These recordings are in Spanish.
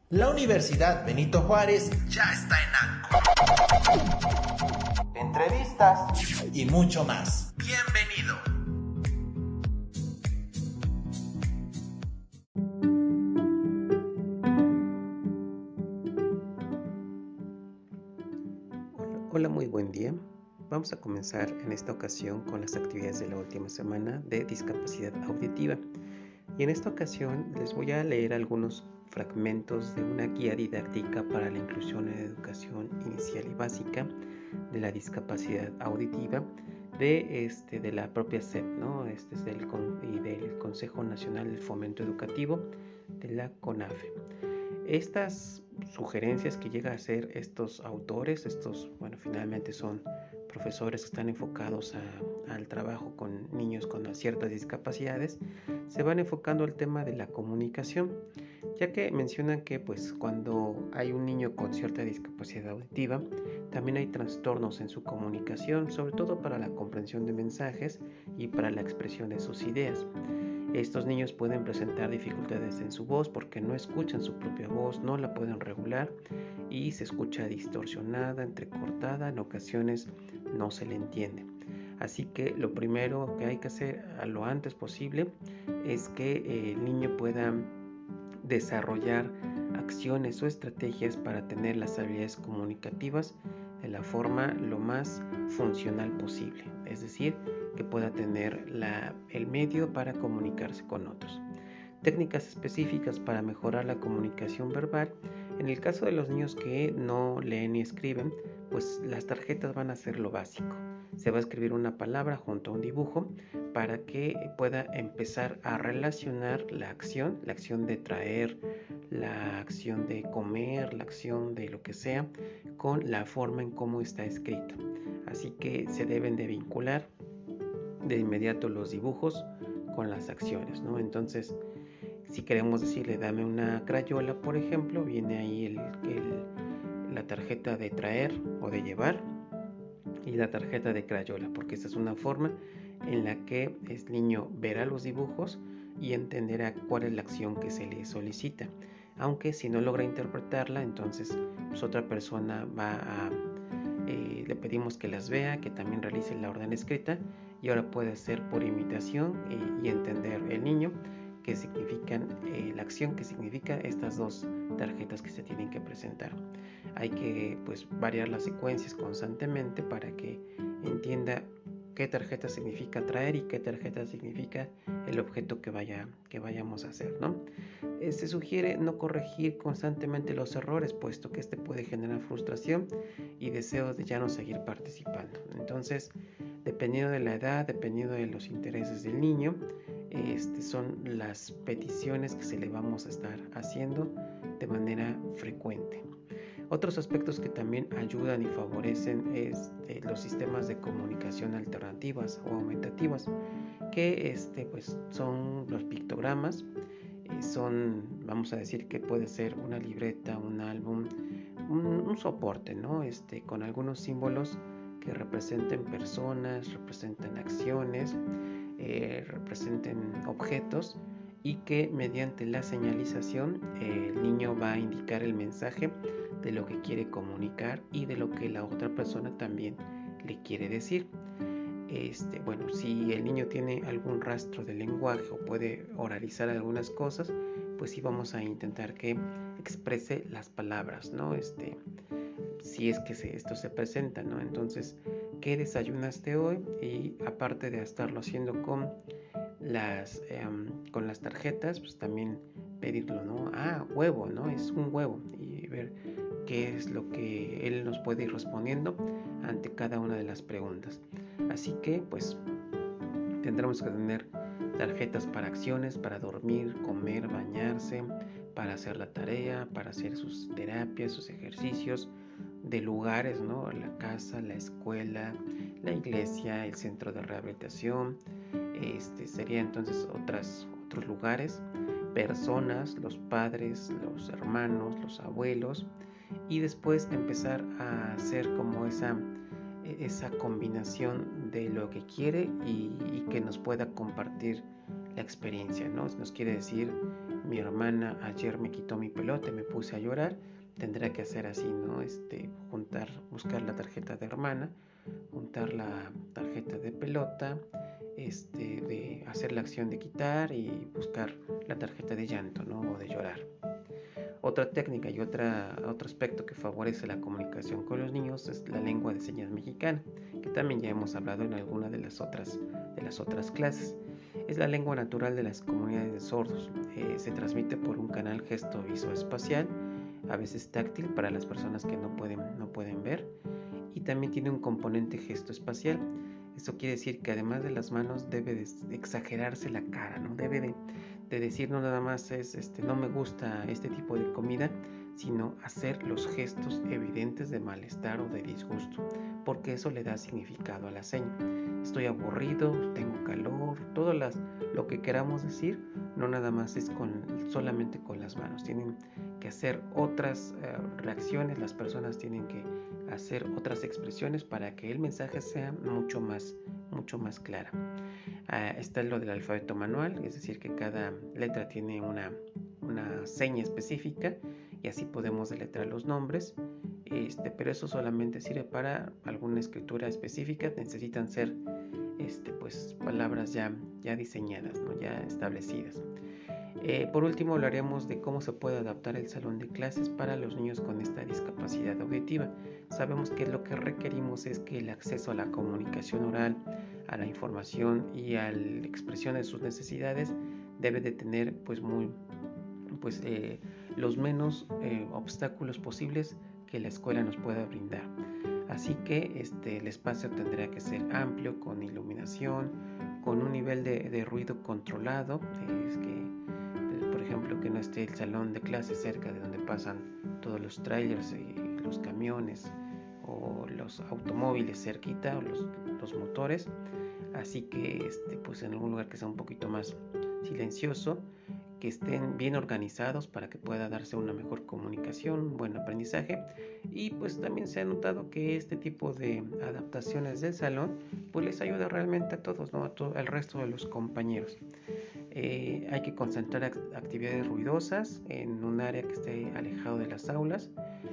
La Universidad Benito Juárez ya está en Anchor. Entrevistas y mucho más. Bienvenido. Hola, muy buen día. Vamos a comenzar en esta ocasión con las actividades de la última semana de discapacidad auditiva. Y en esta ocasión les voy a leer algunos fragmentos de una guía didáctica para la inclusión en educación inicial y básica de la discapacidad auditiva de la propia SEP, ¿no? Es del Consejo Nacional del Fomento Educativo de la CONAFE. Estas sugerencias que llega a hacer estos autores, finalmente son profesores que están enfocados al trabajo con niños con ciertas discapacidades, se van enfocando al tema de la comunicación, ya que mencionan que cuando hay un niño con cierta discapacidad auditiva, también hay trastornos en su comunicación, sobre todo para la comprensión de mensajes y para la expresión de sus ideas. Estos niños pueden presentar dificultades en su voz porque no escuchan su propia voz, no la pueden regular y se escucha distorsionada, entrecortada, en ocasiones no se le entiende. Así que lo primero que hay que hacer a lo antes posible es que el niño pueda desarrollar acciones o estrategias para tener las habilidades comunicativas de la forma lo más funcional posible, es decir, que pueda tener el medio para comunicarse con otros. Técnicas específicas para mejorar la comunicación verbal. En el caso de los niños que no leen ni escriben, pues las tarjetas van a ser lo básico. Se va a escribir una palabra junto a un dibujo para que pueda empezar a relacionar la acción de traer, la acción de comer, la acción de lo que sea, con la forma en cómo está escrito. Así que se deben de vincular de inmediato los dibujos con las acciones, ¿no? Entonces, si queremos decirle dame una crayola, por ejemplo, viene ahí la tarjeta de traer o de llevar y la tarjeta de crayola, porque esta es una forma en la que el niño verá los dibujos y entenderá cuál es la acción que se le solicita. Aunque si no logra interpretarla, entonces otra persona le pedimos que las vea, que también realice la orden escrita, y ahora puede hacer por imitación y entender el niño qué significan la acción que significa estas dos tarjetas que se tienen que presentar. Hay que variar las secuencias constantemente para que entienda qué tarjeta significa traer y qué tarjeta significa el objeto que vayamos a hacer, ¿no? Se sugiere no corregir constantemente los errores, puesto que puede generar frustración y deseos de ya no seguir participando. Entonces, dependiendo de la edad, dependiendo de los intereses del niño, son las peticiones que se le vamos a estar haciendo de manera frecuente. Otros aspectos que también ayudan y favorecen es los sistemas de comunicación alternativas o aumentativas, que son los pictogramas. Vamos a decir que puede ser una libreta, un álbum, un soporte, ¿no? Con algunos símbolos que representen personas, representen acciones, representen objetos, y que mediante la señalización el niño va a indicar el mensaje de lo que quiere comunicar y de lo que la otra persona también le quiere decir. Si el niño tiene algún rastro de lenguaje o puede oralizar algunas cosas, pues sí vamos a intentar que exprese las palabras, ¿no? Si es que esto se presenta, ¿no? Entonces, ¿qué desayunaste hoy? Y aparte de estarlo haciendo con las tarjetas, pues también pedirlo, ¿no? Huevo, ¿no? Es un huevo, y ver qué es lo que él nos puede ir respondiendo ante cada una de las preguntas. Así que tendremos que tener tarjetas para acciones, para dormir, comer, bañarse, para hacer la tarea, para hacer sus terapias, sus ejercicios, de lugares, ¿no? La casa, la escuela, la iglesia, el centro de rehabilitación. Sería entonces otros lugares, personas, los padres, los hermanos, los abuelos, y después empezar a hacer como esa combinación de lo que quiere y que nos pueda compartir la experiencia, ¿no? Si nos quiere decir, mi hermana ayer me quitó mi pelota y me puse a llorar, tendrá que hacer así, ¿no? Buscar la tarjeta de hermana, juntar la tarjeta de pelota, de hacer la acción de quitar y buscar la tarjeta de llanto, ¿no? O de llorar. Otra técnica y otro aspecto que favorece la comunicación con los niños es la lengua de señas mexicana, que también ya hemos hablado en alguna de las otras clases. Es la lengua natural de las comunidades de sordos. Se transmite por un canal gesto visoespacial, a veces táctil para las personas que no pueden ver, y también tiene un componente gesto espacial. Eso quiere decir que además de las manos debe de exagerarse la cara, ¿no? Debe de decir no nada más no me gusta este tipo de comida, sino hacer los gestos evidentes de malestar o de disgusto, porque eso le da significado a la seña. Estoy aburrido, tengo calor, todo lo que queramos decir, no nada más es solamente con las manos. Tienen que hacer otras reacciones, las personas tienen que hacer otras expresiones para que el mensaje sea mucho más clara. Está lo del alfabeto manual, es decir, que cada letra tiene una seña específica y así podemos deletrear los nombres, pero eso solamente sirve para alguna escritura específica. Necesitan ser palabras ya diseñadas, ¿no? Ya establecidas. Por último, hablaremos de cómo se puede adaptar el salón de clases para los niños con esta discapacidad auditiva. Sabemos que lo que requerimos es que el acceso a la comunicación oral, a la información y a la expresión de sus necesidades debe de tener los menos obstáculos posibles que la escuela nos pueda brindar. Así que el espacio tendrá que ser amplio, con iluminación, con un nivel de ruido controlado. Por ejemplo, que no esté el salón de clases cerca de donde pasan todos los trailers y los camiones o los automóviles cerquita, o los motores. Así que en algún lugar que sea un poquito más silencioso, que estén bien organizados para que pueda darse una mejor comunicación, un buen aprendizaje. Y pues también se ha notado que este tipo de adaptaciones del salón pues les ayuda realmente a todos, ¿no? Al resto de los compañeros. Hay que concentrar actividades ruidosas en un área que esté alejado de las aulas.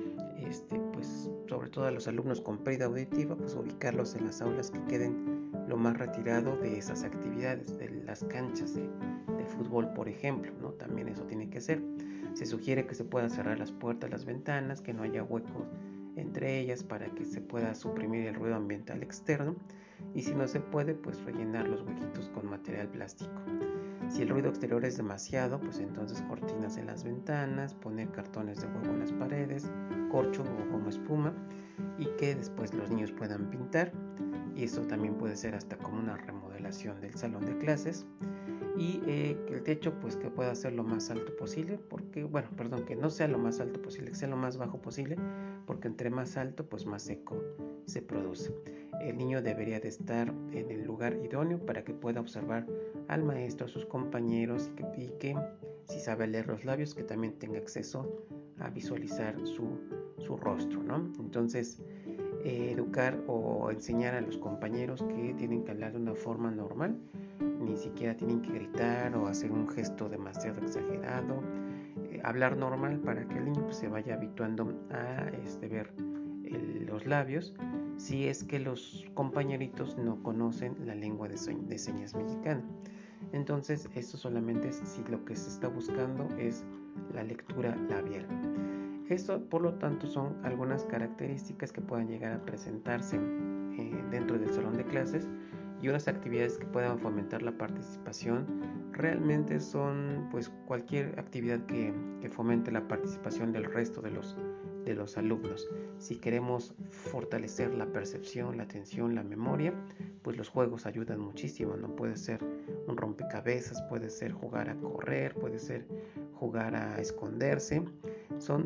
Sobre todo a los alumnos con pérdida auditiva, pues ubicarlos en las aulas que queden lo más retirado de esas actividades, de las canchas de fútbol, por ejemplo, ¿no? También eso tiene que ser. Se sugiere que se puedan cerrar las puertas, las ventanas, que no haya huecos entre ellas para que se pueda suprimir el ruido ambiental externo, y si no se puede, pues rellenar los huequitos con material plástico. Si el ruido exterior es demasiado, pues entonces cortinas en las ventanas, poner cartones de huevo en las paredes, corcho o goma espuma, y que después los niños puedan pintar, y eso también puede ser hasta como una remodelación del salón de clases. Y que el techo pues que pueda ser lo más alto posible, que no sea lo más alto posible, que sea lo más bajo posible, porque entre más alto pues más seco se produce. El niño debería de estar en el lugar idóneo para que pueda observar al maestro, a sus compañeros, y que si sabe leer los labios, que también tenga acceso a visualizar su rostro, ¿no? Entonces, educar o enseñar a los compañeros que tienen que hablar de una forma normal, ni siquiera tienen que gritar o hacer un gesto demasiado exagerado. Hablar normal para que el niño pues se vaya habituando a ver los labios, si es que los compañeritos no conocen la lengua de señas mexicana. Entonces, esto solamente es si lo que se está buscando es la lectura labial. Esto, por lo tanto, son algunas características que puedan llegar a presentarse dentro del salón de clases, y unas actividades que puedan fomentar la participación. Realmente son pues cualquier actividad que fomente la participación del resto de los alumnos. Si queremos fortalecer la percepción, la atención, la memoria, pues los juegos ayudan muchísimo, ¿no? Puede ser un rompecabezas, puede ser jugar a correr, puede ser jugar a esconderse. Son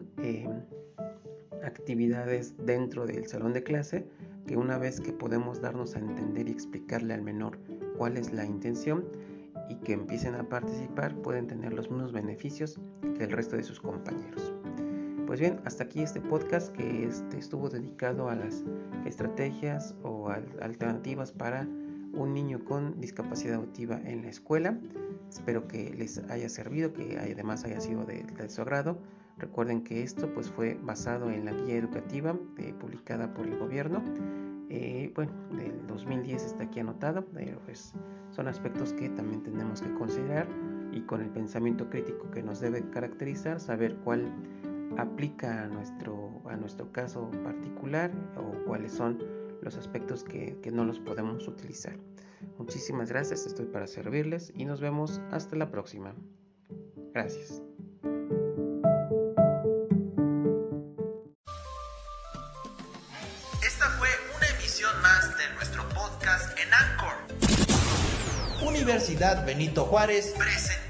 actividades dentro del salón de clase que una vez que podemos darnos a entender y explicarle al menor cuál es la intención y que empiecen a participar, pueden tener los mismos beneficios que el resto de sus compañeros. Pues bien, hasta aquí este podcast que estuvo dedicado a las estrategias o alternativas para un niño con discapacidad auditiva en la escuela. Espero que les haya servido, que además haya sido de su agrado. Recuerden que esto pues fue basado en la guía educativa publicada por el gobierno. Del 2010 está aquí anotado, pero pues son aspectos que también tenemos que considerar, y con el pensamiento crítico que nos debe caracterizar, saber cuál aplica a nuestro caso particular o cuáles son los aspectos que no los podemos utilizar. Muchísimas gracias, estoy para servirles y nos vemos hasta la próxima. Gracias. Esta fue una emisión más de nuestro podcast en Anchor. Universidad Benito Juárez presenta.